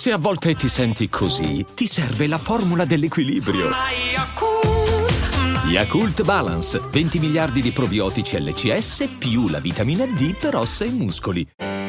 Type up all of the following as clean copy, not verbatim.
Se a volte ti senti così, ti serve la formula dell'equilibrio. Yakult Balance, 20 miliardi di probiotici LCS più la vitamina D per ossa e muscoli.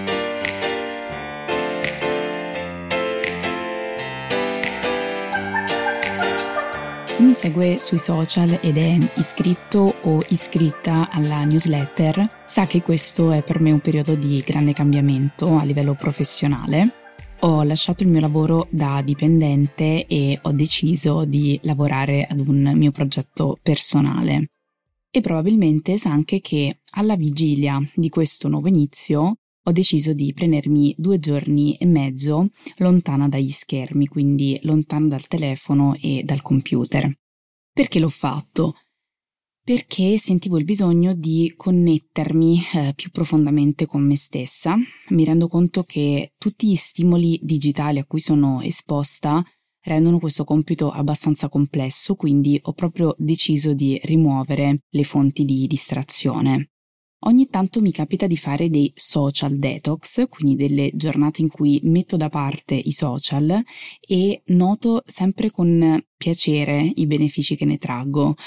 Chi mi segue sui social ed è iscritto o iscritta alla newsletter sa che questo è per me un periodo di grande cambiamento a livello professionale. Ho lasciato il mio lavoro da dipendente e ho deciso di lavorare ad un mio progetto personale. E probabilmente sa anche che alla vigilia di questo nuovo inizio ho deciso di prendermi 2 giorni e mezzo lontana dagli schermi, quindi lontana dal telefono e dal computer. Perché l'ho fatto? Perché sentivo il bisogno di connettermi più profondamente con me stessa. Mi rendo conto che tutti gli stimoli digitali a cui sono esposta rendono questo compito abbastanza complesso, quindi ho proprio deciso di rimuovere le fonti di distrazione. Ogni tanto mi capita di fare dei social detox, quindi delle giornate in cui metto da parte i social e noto sempre con piacere i benefici che ne traggo.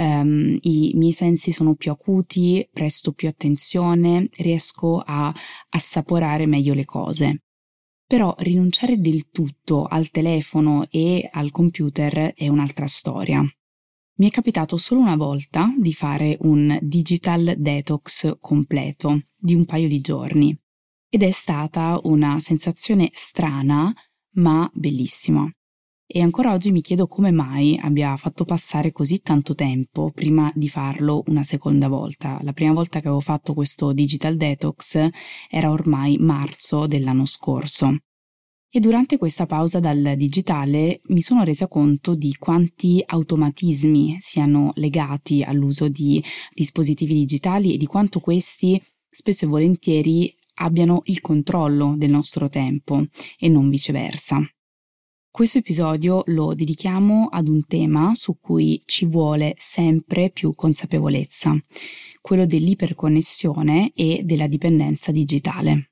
I miei sensi sono più acuti, presto più attenzione, riesco a assaporare meglio le cose. Però rinunciare del tutto al telefono e al computer è un'altra storia. Mi è capitato solo una volta di fare un digital detox completo di un paio di giorni ed è stata una sensazione strana ma bellissima. E ancora oggi mi chiedo come mai abbia fatto passare così tanto tempo prima di farlo una seconda volta. La prima volta che avevo fatto questo digital detox era ormai marzo dell'anno scorso. E durante questa pausa dal digitale mi sono resa conto di quanti automatismi siano legati all'uso di dispositivi digitali e di quanto questi spesso e volentieri abbiano il controllo del nostro tempo e non viceversa. Questo episodio lo dedichiamo ad un tema su cui ci vuole sempre più consapevolezza, quello dell'iperconnessione e della dipendenza digitale.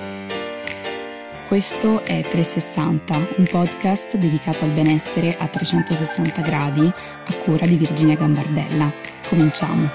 Questo è 360, un podcast dedicato al benessere a 360 gradi a cura di Virginia Gambardella. Cominciamo!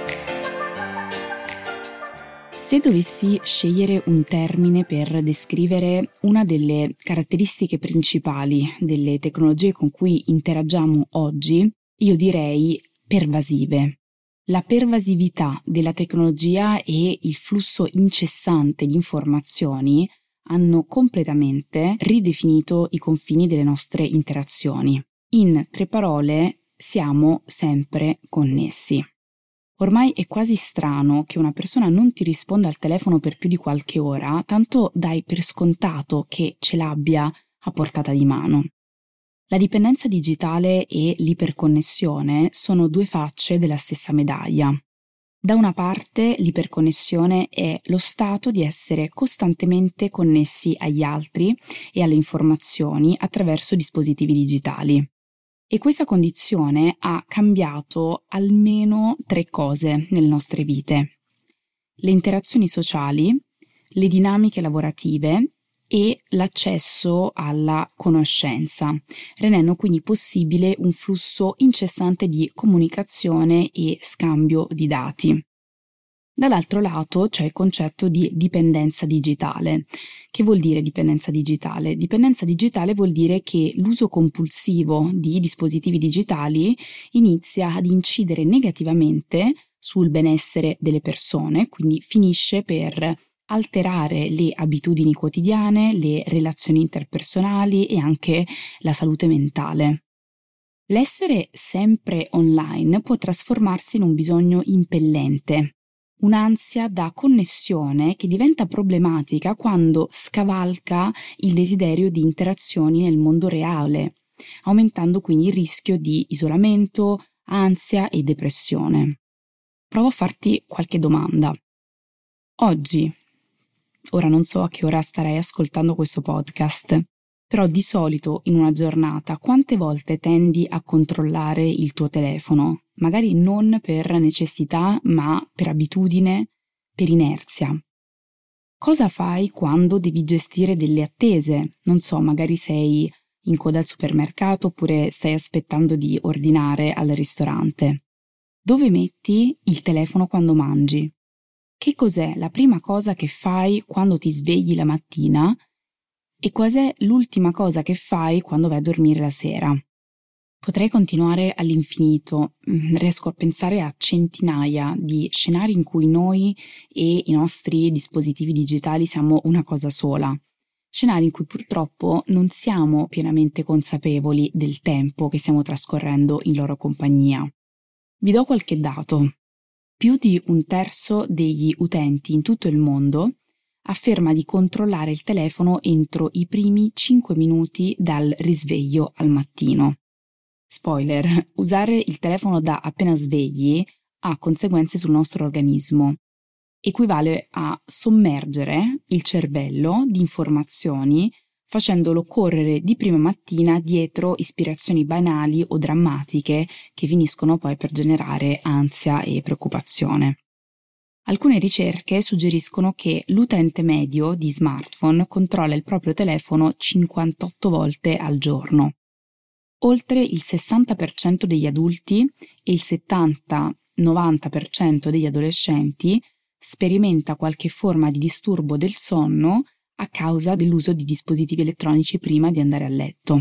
Se dovessi scegliere un termine per descrivere una delle caratteristiche principali delle tecnologie con cui interagiamo oggi, io direi pervasive. La pervasività della tecnologia e il flusso incessante di informazioni hanno completamente ridefinito i confini delle nostre interazioni. In 3 parole, siamo sempre connessi. Ormai è quasi strano che una persona non ti risponda al telefono per più di qualche ora, tanto dai per scontato che ce l'abbia a portata di mano. La dipendenza digitale e l'iperconnessione sono 2 facce della stessa medaglia. Da una parte l'iperconnessione è lo stato di essere costantemente connessi agli altri e alle informazioni attraverso dispositivi digitali. E questa condizione ha cambiato almeno 3 cose nelle nostre vite: le interazioni sociali, le dinamiche lavorative e l'accesso alla conoscenza, rendendo quindi possibile un flusso incessante di comunicazione e scambio di dati. Dall'altro lato c'è il concetto di dipendenza digitale. Che vuol dire dipendenza digitale? Dipendenza digitale vuol dire che l'uso compulsivo di dispositivi digitali inizia ad incidere negativamente sul benessere delle persone, quindi finisce per alterare le abitudini quotidiane, le relazioni interpersonali e anche la salute mentale. L'essere sempre online può trasformarsi in un bisogno impellente, un'ansia da connessione che diventa problematica quando scavalca il desiderio di interazioni nel mondo reale, aumentando quindi il rischio di isolamento, ansia e depressione. Provo a farti qualche domanda. Oggi, ora non so a che ora starai ascoltando questo podcast, però di solito in una giornata quante volte tendi a controllare il tuo telefono? Magari non per necessità, ma per abitudine, per inerzia. Cosa fai quando devi gestire delle attese? Non so, magari sei in coda al supermercato oppure stai aspettando di ordinare al ristorante. Dove metti il telefono quando mangi? Che cos'è la prima cosa che fai quando ti svegli la mattina e cos'è l'ultima cosa che fai quando vai a dormire la sera? Potrei continuare all'infinito, riesco a pensare a centinaia di scenari in cui noi e i nostri dispositivi digitali siamo una cosa sola. Scenari in cui purtroppo non siamo pienamente consapevoli del tempo che stiamo trascorrendo in loro compagnia. Vi do qualche dato. Più di 1/3 degli utenti in tutto il mondo afferma di controllare il telefono entro i primi 5 minuti dal risveglio al mattino. Spoiler, usare il telefono da appena svegli ha conseguenze sul nostro organismo. Equivale a sommergere il cervello di informazioni facendolo correre di prima mattina dietro ispirazioni banali o drammatiche che finiscono poi per generare ansia e preoccupazione. Alcune ricerche suggeriscono che l'utente medio di smartphone controlla il proprio telefono 58 volte al giorno. Oltre il 60% degli adulti e il 70-90% degli adolescenti sperimenta qualche forma di disturbo del sonno a causa dell'uso di dispositivi elettronici prima di andare a letto.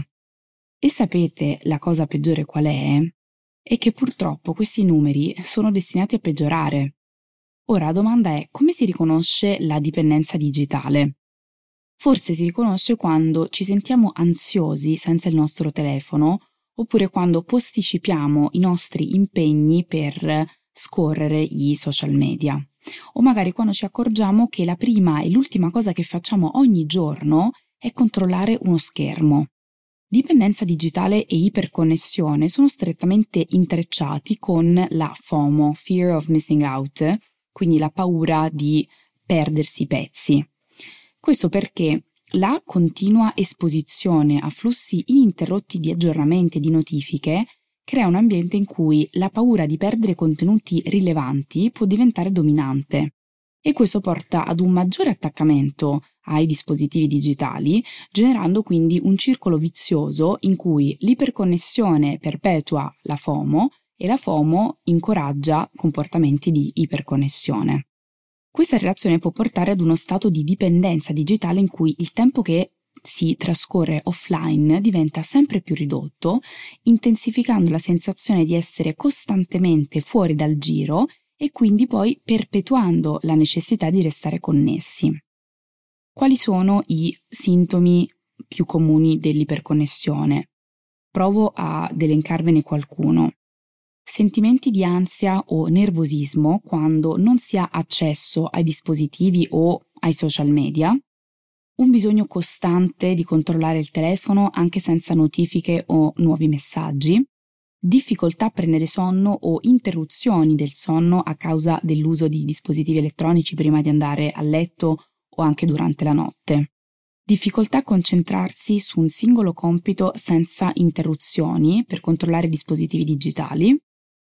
E sapete la cosa peggiore qual è? È che purtroppo questi numeri sono destinati a peggiorare. Ora la domanda è: come si riconosce la dipendenza digitale? Forse si riconosce quando ci sentiamo ansiosi senza il nostro telefono, oppure quando posticipiamo i nostri impegni per scorrere i social media, o magari quando ci accorgiamo che la prima e l'ultima cosa che facciamo ogni giorno è controllare uno schermo. Dipendenza digitale e iperconnessione sono strettamente intrecciati con la FOMO, Fear of Missing Out, quindi la paura di perdersi i pezzi. Questo perché la continua esposizione a flussi ininterrotti di aggiornamenti e di notifiche crea un ambiente in cui la paura di perdere contenuti rilevanti può diventare dominante. E questo porta ad un maggiore attaccamento ai dispositivi digitali, generando quindi un circolo vizioso in cui l'iperconnessione perpetua la FOMO e la FOMO incoraggia comportamenti di iperconnessione. Questa relazione può portare ad uno stato di dipendenza digitale in cui il tempo che si trascorre offline diventa sempre più ridotto, intensificando la sensazione di essere costantemente fuori dal giro e quindi poi perpetuando la necessità di restare connessi. Quali sono i sintomi più comuni dell'iperconnessione? Provo ad elencarvene qualcuno. Sentimenti di ansia o nervosismo quando non si ha accesso ai dispositivi o ai social media, un bisogno costante di controllare il telefono anche senza notifiche o nuovi messaggi, difficoltà a prendere sonno o interruzioni del sonno a causa dell'uso di dispositivi elettronici prima di andare a letto o anche durante la notte, difficoltà a concentrarsi su un singolo compito senza interruzioni per controllare i dispositivi digitali,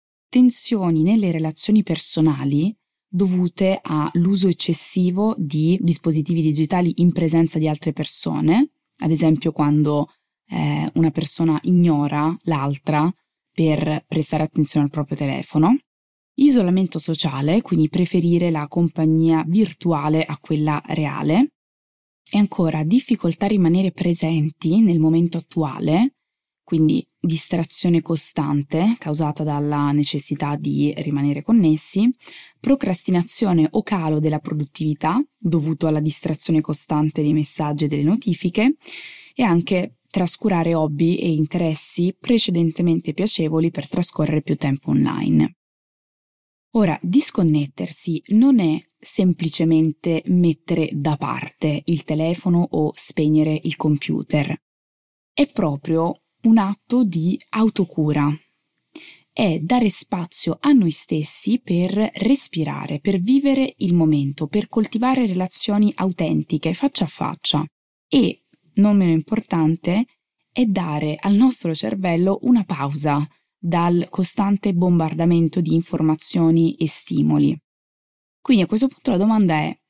tensioni nelle relazioni personali dovute all'uso eccessivo di dispositivi digitali in presenza di altre persone, ad esempio quando una persona ignora l'altra per prestare attenzione al proprio telefono, isolamento sociale, quindi preferire la compagnia virtuale a quella reale, e ancora difficoltà a rimanere presenti nel momento attuale, quindi distrazione costante causata dalla necessità di rimanere connessi, procrastinazione o calo della produttività dovuto alla distrazione costante dei messaggi e delle notifiche, e anche trascurare hobby e interessi precedentemente piacevoli per trascorrere più tempo online. Ora, disconnettersi non è semplicemente mettere da parte il telefono o spegnere il computer, è proprio un atto di autocura. È dare spazio a noi stessi per respirare, per vivere il momento, per coltivare relazioni autentiche, faccia a faccia. E, non meno importante, è dare al nostro cervello una pausa dal costante bombardamento di informazioni e stimoli. Quindi a questo punto la domanda è: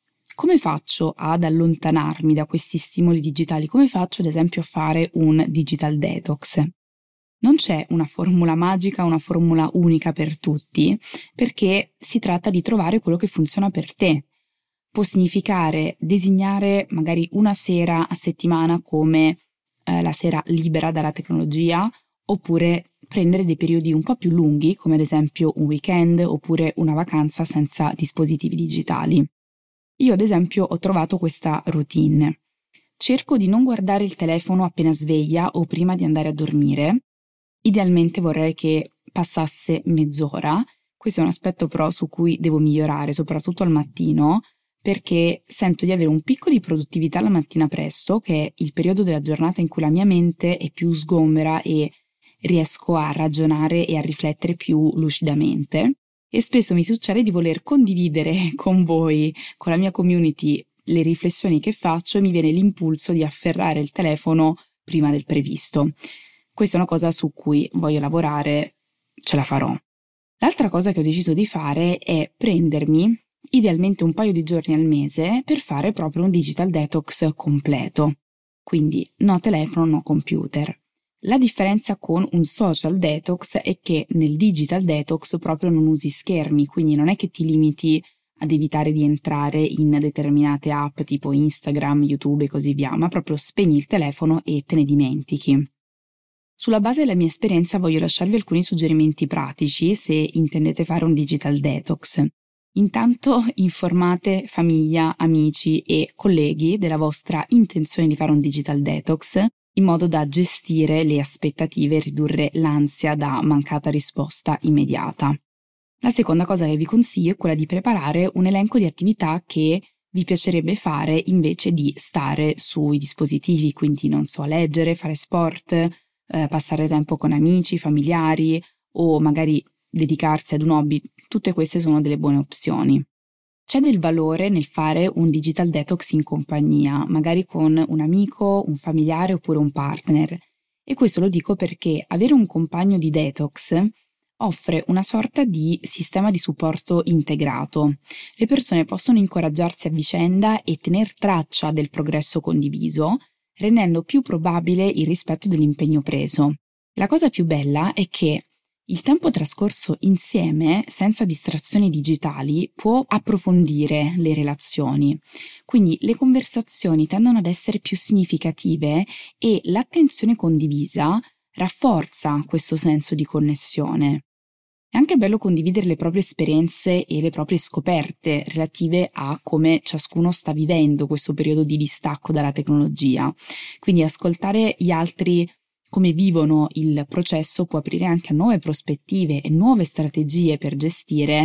come faccio ad allontanarmi da questi stimoli digitali? Come faccio ad esempio a fare un digital detox? Non c'è una formula magica, una formula unica per tutti, perché si tratta di trovare quello che funziona per te. Può significare designare magari una sera a settimana come la sera libera dalla tecnologia, oppure prendere dei periodi un po' più lunghi, come ad esempio un weekend oppure una vacanza senza dispositivi digitali. Io ad esempio ho trovato questa routine. Cerco di non guardare il telefono appena sveglia o prima di andare a dormire. Idealmente vorrei che passasse mezz'ora. Questo è un aspetto però su cui devo migliorare, soprattutto al mattino, perché sento di avere un picco di produttività la mattina presto, che è il periodo della giornata in cui la mia mente è più sgombera e riesco a ragionare e a riflettere più lucidamente. E spesso mi succede di voler condividere con voi, con la mia community, le riflessioni che faccio e mi viene l'impulso di afferrare il telefono prima del previsto. Questa è una cosa su cui voglio lavorare, ce la farò. L'altra cosa che ho deciso di fare è prendermi idealmente un paio di giorni al mese per fare proprio un digital detox completo. Quindi no telefono, no computer. La differenza con un social detox è che nel digital detox proprio non usi schermi, quindi non è che ti limiti ad evitare di entrare in determinate app tipo Instagram, YouTube e così via, ma proprio spegni il telefono e te ne dimentichi. Sulla base della mia esperienza voglio lasciarvi alcuni suggerimenti pratici se intendete fare un digital detox. Intanto informate famiglia, amici e colleghi della vostra intenzione di fare un digital detox in modo da gestire le aspettative e ridurre l'ansia da mancata risposta immediata. La seconda cosa che vi consiglio è quella di preparare un elenco di attività che vi piacerebbe fare invece di stare sui dispositivi, quindi non so, leggere, fare sport, passare tempo con amici, familiari o magari dedicarsi ad un hobby. Tutte queste sono delle buone opzioni. C'è del valore nel fare un digital detox in compagnia, magari con un amico, un familiare oppure un partner. E questo lo dico perché avere un compagno di detox offre una sorta di sistema di supporto integrato. Le persone possono incoraggiarsi a vicenda e tener traccia del progresso condiviso, rendendo più probabile il rispetto dell'impegno preso. La cosa più bella è che il tempo trascorso insieme, senza distrazioni digitali, può approfondire le relazioni. Quindi le conversazioni tendono ad essere più significative e l'attenzione condivisa rafforza questo senso di connessione. È anche bello condividere le proprie esperienze e le proprie scoperte relative a come ciascuno sta vivendo questo periodo di distacco dalla tecnologia. Quindi ascoltare gli altri come vivono il processo può aprire anche a nuove prospettive e nuove strategie per gestire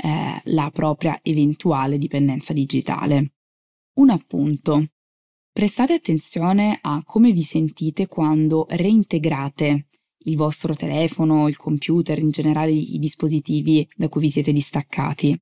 la propria eventuale dipendenza digitale. Un appunto. Prestate attenzione a come vi sentite quando reintegrate il vostro telefono, il computer, in generale i dispositivi da cui vi siete distaccati.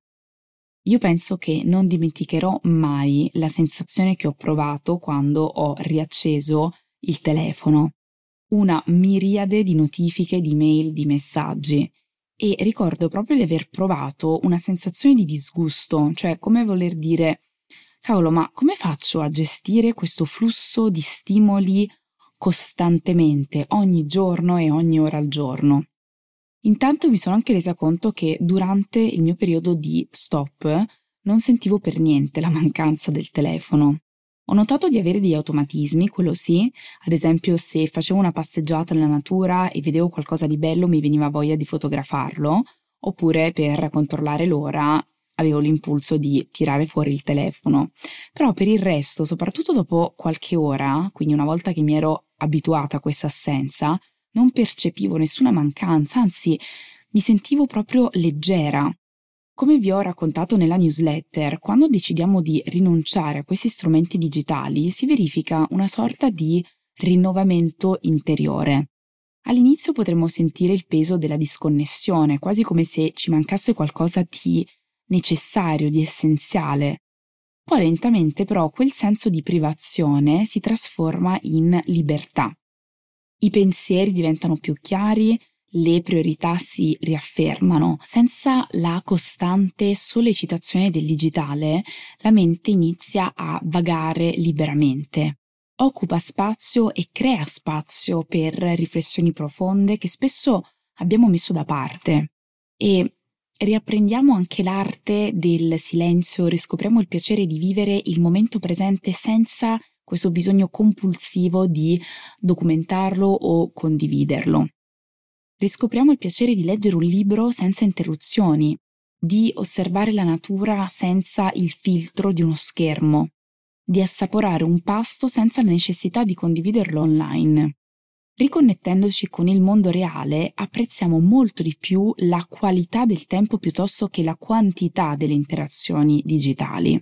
Io penso che non dimenticherò mai la sensazione che ho provato quando ho riacceso il telefono. Una miriade di notifiche, di mail, di messaggi, e ricordo proprio di aver provato una sensazione di disgusto, cioè come voler dire cavolo, ma come faccio a gestire questo flusso di stimoli costantemente, ogni giorno e ogni ora al giorno? Intanto mi sono anche resa conto che durante il mio periodo di stop non sentivo per niente la mancanza del telefono. Ho notato di avere degli automatismi, quello sì, ad esempio se facevo una passeggiata nella natura e vedevo qualcosa di bello mi veniva voglia di fotografarlo, oppure per controllare l'ora avevo l'impulso di tirare fuori il telefono. Però per il resto, soprattutto dopo qualche ora, quindi una volta che mi ero abituata a questa assenza, non percepivo nessuna mancanza, anzi mi sentivo proprio leggera. Come vi ho raccontato nella newsletter, quando decidiamo di rinunciare a questi strumenti digitali si verifica una sorta di rinnovamento interiore. All'inizio potremmo sentire il peso della disconnessione, quasi come se ci mancasse qualcosa di necessario, di essenziale. Poi lentamente però quel senso di privazione si trasforma in libertà. I pensieri diventano più chiari, le priorità si riaffermano. Senza la costante sollecitazione del digitale, la mente inizia a vagare liberamente. Occupa spazio e crea spazio per riflessioni profonde che spesso abbiamo messo da parte. E riapprendiamo anche l'arte del silenzio, riscopriamo il piacere di vivere il momento presente senza questo bisogno compulsivo di documentarlo o condividerlo. Riscopriamo il piacere di leggere un libro senza interruzioni, di osservare la natura senza il filtro di uno schermo, di assaporare un pasto senza la necessità di condividerlo online. Riconnettendoci con il mondo reale, apprezziamo molto di più la qualità del tempo piuttosto che la quantità delle interazioni digitali.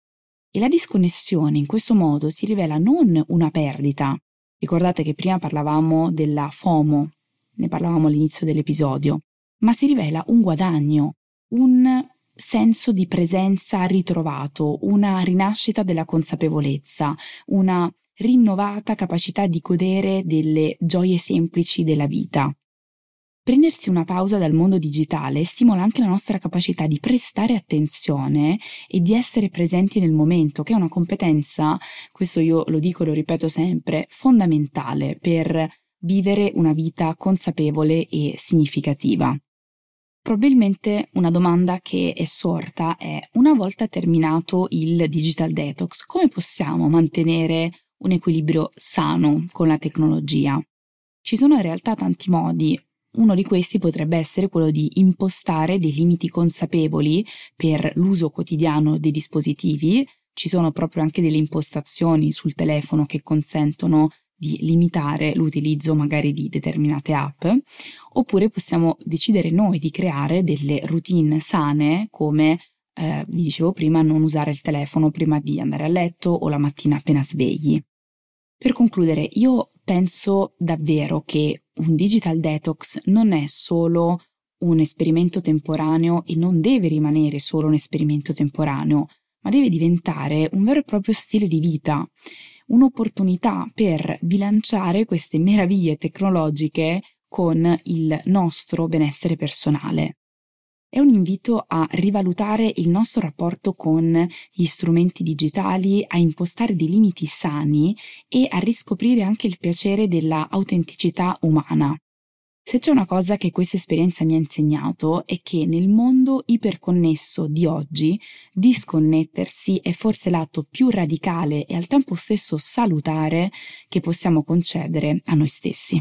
E la disconnessione in questo modo si rivela non una perdita. Ricordate che prima parlavamo della FOMO, ne parlavamo all'inizio dell'episodio, ma si rivela un guadagno, un senso di presenza ritrovato, una rinascita della consapevolezza, una rinnovata capacità di godere delle gioie semplici della vita. Prendersi una pausa dal mondo digitale stimola anche la nostra capacità di prestare attenzione e di essere presenti nel momento, che è una competenza, questo io lo dico e lo ripeto sempre, fondamentale per vivere una vita consapevole e significativa. Probabilmente una domanda che è sorta è: una volta terminato il digital detox, come possiamo mantenere un equilibrio sano con la tecnologia? Ci sono in realtà tanti modi. Uno di questi potrebbe essere quello di impostare dei limiti consapevoli per l'uso quotidiano dei dispositivi. Ci sono proprio anche delle impostazioni sul telefono che consentono di limitare l'utilizzo magari di determinate app, oppure possiamo decidere noi di creare delle routine sane come, vi dicevo prima, non usare il telefono prima di andare a letto o la mattina appena svegli. Per concludere, io penso davvero che un digital detox non è solo un esperimento temporaneo e non deve rimanere solo un esperimento temporaneo, ma deve diventare un vero e proprio stile di vita, un'opportunità per bilanciare queste meraviglie tecnologiche con il nostro benessere personale. È un invito a rivalutare il nostro rapporto con gli strumenti digitali, a impostare dei limiti sani e a riscoprire anche il piacere della autenticità umana. Se c'è una cosa che questa esperienza mi ha insegnato è che nel mondo iperconnesso di oggi disconnettersi è forse l'atto più radicale e al tempo stesso salutare che possiamo concedere a noi stessi.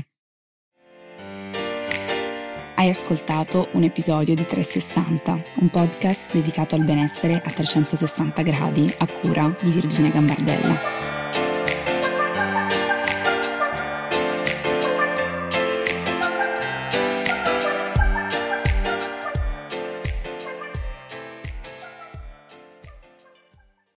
Hai ascoltato un episodio di 360, un podcast dedicato al benessere a 360 gradi a cura di Virginia Gambardella.